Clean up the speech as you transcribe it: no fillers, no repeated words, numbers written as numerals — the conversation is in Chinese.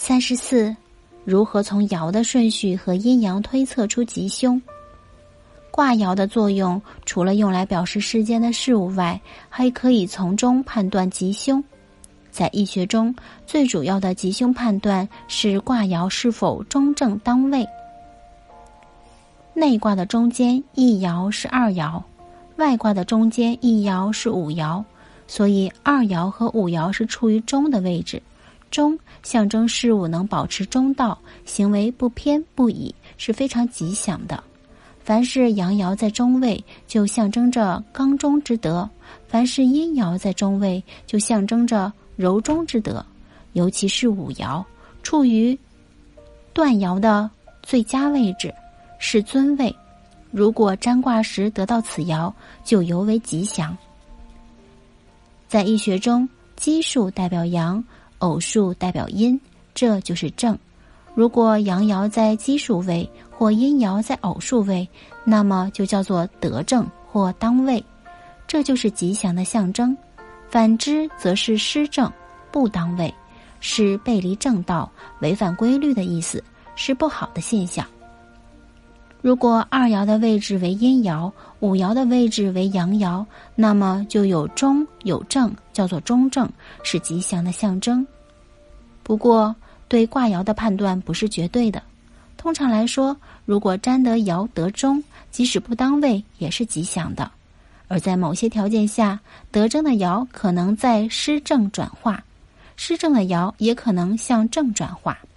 34. 如何从爻的顺序和阴阳推测出吉凶？卦爻的作用除了用来表示世间的事物外，还可以从中判断吉凶。在易学中，最主要的吉凶判断是卦爻是否中正当位。内卦的中间一爻是二爻，外卦的中间一爻是五爻，所以二爻和五爻是处于中的位置。中象征事物能保持中道，行为不偏不倚，是非常吉祥的。凡是阳爻在中位，就象征着刚中之德；凡是阴爻在中位，就象征着柔中之德。尤其是五爻，处于断爻的最佳位置，是尊位。如果占卦时得到此爻，就尤为吉祥。在易学中，奇数代表阳，偶数代表阴，这就是正。如果阳爻在奇数位，或阴爻在偶数位，那么就叫做得正或当位，这就是吉祥的象征。反之则是失正，不当位，是背离正道，违反规律的意思，是不好的现象。如果二爻的位置为阴爻，五爻的位置为阳爻，那么就有中有正，叫做中正，是吉祥的象征。不过对卦爻的判断不是绝对的，通常来说，如果占得爻得中，即使不当位也是吉祥的。而在某些条件下，得正的爻可能在失正转化，失正的爻也可能向正转化。